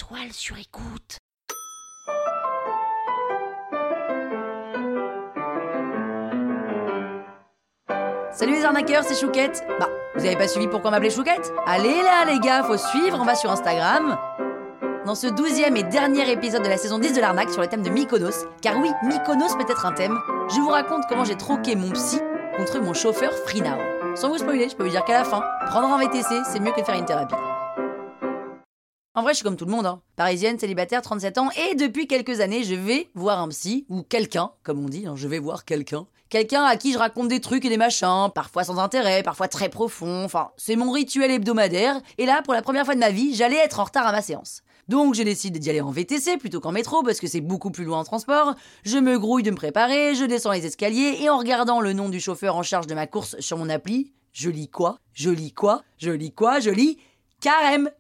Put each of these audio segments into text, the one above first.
toile sur écoute. Salut les arnaqueurs, c'est Chouquette. Vous avez pas suivi pourquoi m'appeler Chouquette? Allez là les gars, faut suivre, on va sur Instagram. Dans ce 12e et dernier épisode de la saison 10 de l'arnaque sur le thème de Mykonos, car oui, Mykonos peut être un thème, je vous raconte comment j'ai troqué mon psy contre mon chauffeur FreeNow. Sans vous spoiler, je peux vous dire qu'à la fin, prendre un VTC, c'est mieux que de faire une thérapie. En vrai, je suis comme tout le monde, parisienne, célibataire, 37 ans, et depuis quelques années, je vais voir un psy, ou quelqu'un, comme on dit, je vais voir quelqu'un. Quelqu'un à qui je raconte des trucs et des machins, parfois sans intérêt, parfois très profonds, enfin, c'est mon rituel hebdomadaire, et là, pour la première fois de ma vie, j'allais être en retard à ma séance. Donc j'ai décidé d'y aller en VTC plutôt qu'en métro, parce que c'est beaucoup plus loin en transport, je me grouille de me préparer, je descends les escaliers, et en regardant le nom du chauffeur en charge de ma course sur mon appli, je lis Carême,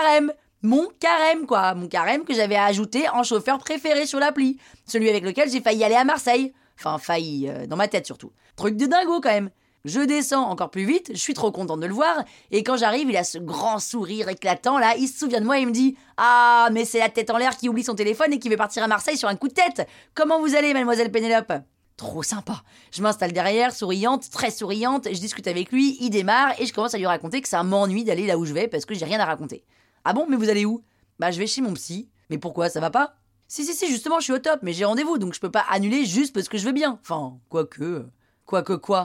mon carême que j'avais ajouté en chauffeur préféré sur l'appli, celui avec lequel j'ai failli aller à Marseille. Enfin, dans ma tête surtout. Truc de dingo quand même. Je descends encore plus vite, je suis trop contente de le voir, et quand j'arrive, il a ce grand sourire éclatant là, il se souvient de moi et il me dit « Ah, mais c'est la tête en l'air qui oublie son téléphone et qui veut partir à Marseille sur un coup de tête. Comment vous allez, mademoiselle Pénélope ?» Trop sympa. Je m'installe derrière, souriante, très souriante, je discute avec lui, il démarre, et je commence à lui raconter que ça m'ennuie d'aller là où je vais parce que j'ai rien à raconter. « Ah bon, mais vous allez où ?»« Je vais chez mon psy. »« Mais pourquoi, ça va pas ?» ?»« Si, justement, je suis au top, mais j'ai rendez-vous, donc je peux pas annuler juste parce que je veux bien. Enfin, quoique... Quoi ?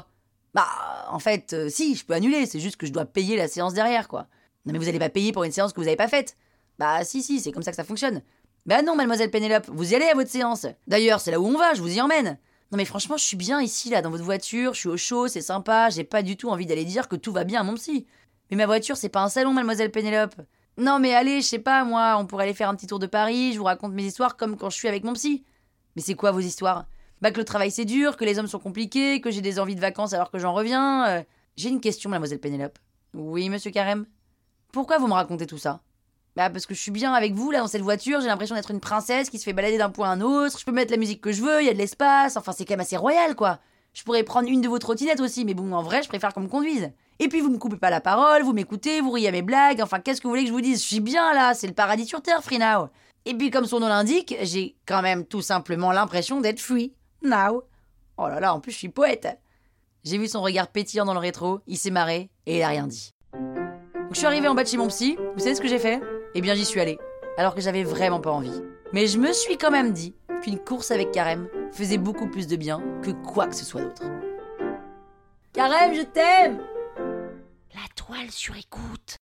En fait, si, je peux annuler, c'est juste que je dois payer la séance derrière, quoi. Non mais vous allez pas payer pour une séance que vous avez pas faite. Si, c'est comme ça que ça fonctionne. Non, mademoiselle Pénélope, vous y allez à votre séance. D'ailleurs, c'est là où on va, je vous y emmène. Non mais franchement, je suis bien ici, là, dans votre voiture, je suis au chaud, c'est sympa, j'ai pas du tout envie d'aller dire que tout va bien à mon psy. Mais ma voiture, c'est pas un salon, mademoiselle Pénélope. Non mais allez, je sais pas, moi, on pourrait aller faire un petit tour de Paris, je vous raconte mes histoires comme quand je suis avec mon psy. Mais c'est quoi vos histoires ? Que le travail c'est dur, que les hommes sont compliqués, que j'ai des envies de vacances alors que j'en reviens. J'ai une question, mademoiselle Pénélope. Oui, monsieur Carême. Pourquoi vous me racontez tout ça ? Parce que je suis bien avec vous, là, dans cette voiture, j'ai l'impression d'être une princesse qui se fait balader d'un point à un autre, je peux mettre la musique que je veux, il y a de l'espace, enfin c'est quand même assez royal, quoi. Je pourrais prendre une de vos trottinettes aussi, mais bon, en vrai, je préfère qu'on me conduise. Et puis vous me coupez pas la parole, vous m'écoutez, vous riez à mes blagues, enfin qu'est-ce que vous voulez que je vous dise ? Je suis bien là, c'est le paradis sur terre, FreeNow. Et puis comme son nom l'indique, j'ai quand même tout simplement l'impression d'être free. Now. Oh là là, en plus je suis poète. J'ai vu son regard pétillant dans le rétro, il s'est marré et il a rien dit. Donc je suis arrivée en bas de chez mon psy, vous savez ce que j'ai fait ? Eh bien j'y suis allée, alors que j'avais vraiment pas envie. Mais je me suis quand même dit qu'une course avec Carême faisait beaucoup plus de bien que quoi que ce soit d'autre. Carême, je t'aime ! La toile sur écoute.